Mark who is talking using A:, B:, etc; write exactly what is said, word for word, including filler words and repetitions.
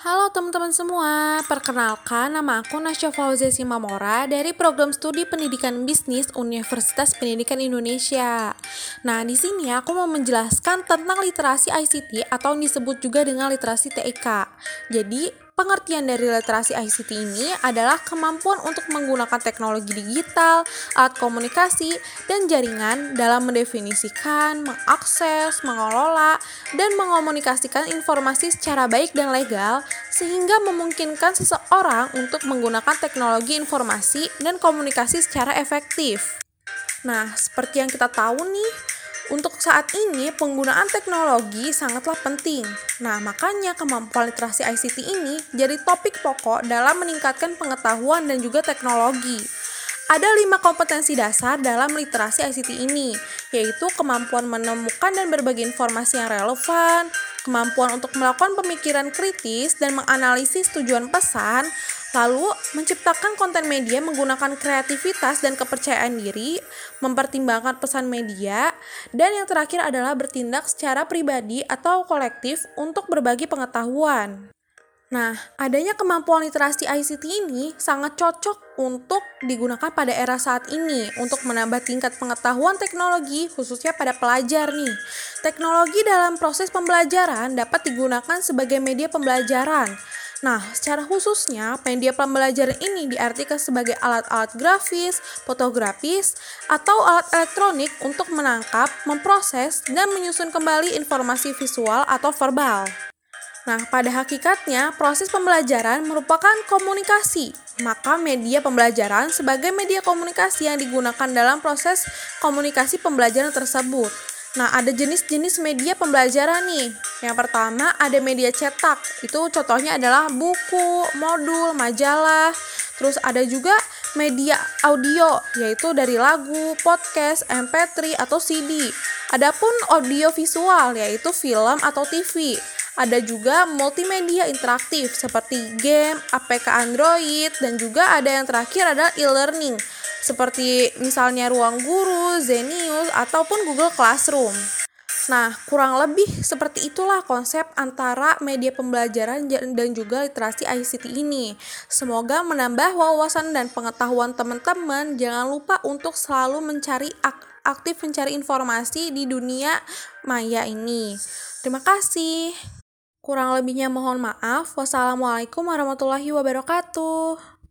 A: Halo teman-teman semua, perkenalkan nama aku Nasya Fauzia Simamora dari Program Studi Pendidikan Bisnis Universitas Pendidikan Indonesia. Nah, di sini aku mau menjelaskan tentang literasi I C T atau disebut juga dengan literasi T I K. Jadi, pengertian dari literasi I C T ini adalah kemampuan untuk menggunakan teknologi digital, alat komunikasi, dan jaringan dalam mendefinisikan, mengakses, mengelola, dan mengomunikasikan informasi secara baik dan legal sehingga memungkinkan seseorang untuk menggunakan teknologi informasi dan komunikasi secara efektif. Nah, seperti yang kita tahu nih, untuk saat ini penggunaan teknologi sangatlah penting. Nah, makanya kemampuan literasi I C T ini jadi topik pokok dalam meningkatkan pengetahuan dan juga teknologi. Ada lima kompetensi dasar dalam literasi I C T ini, yaitu kemampuan menemukan dan berbagi informasi yang relevan, kemampuan untuk melakukan pemikiran kritis dan menganalisis tujuan pesan, lalu menciptakan konten media menggunakan kreativitas dan kepercayaan diri, mempertimbangkan pesan media, dan yang terakhir adalah bertindak secara pribadi atau kolektif untuk berbagi pengetahuan. Nah, adanya kemampuan literasi I C T ini sangat cocok untuk digunakan pada era saat ini untuk menambah tingkat pengetahuan teknologi khususnya pada pelajar nih. Teknologi dalam proses pembelajaran dapat digunakan sebagai media pembelajaran. Nah, secara khususnya media pembelajaran ini diartikan sebagai alat-alat grafis, fotografis, atau alat elektronik untuk menangkap, memproses, dan menyusun kembali informasi visual atau verbal. Nah, pada hakikatnya, proses pembelajaran merupakan komunikasi. Maka media pembelajaran sebagai media komunikasi yang digunakan dalam proses komunikasi pembelajaran tersebut. Nah, ada jenis-jenis media pembelajaran nih. Yang pertama, ada media cetak. Itu contohnya adalah buku, modul, majalah. Terus ada juga media audio, yaitu dari lagu, podcast, M P tiga, atau C D. Adapun audio visual, yaitu film atau T V. Ada juga multimedia interaktif seperti game, A P K Android, dan juga ada yang terakhir adalah e-learning seperti misalnya Ruang Guru, Zenius, ataupun Google Classroom. Nah, kurang lebih seperti itulah konsep antara media pembelajaran dan juga literasi I C T ini. Semoga menambah wawasan dan pengetahuan teman-teman. Jangan lupa untuk selalu mencari aktif mencari informasi di dunia maya ini. Terima kasih. Kurang lebihnya mohon maaf. Wassalamualaikum warahmatullahi wabarakatuh.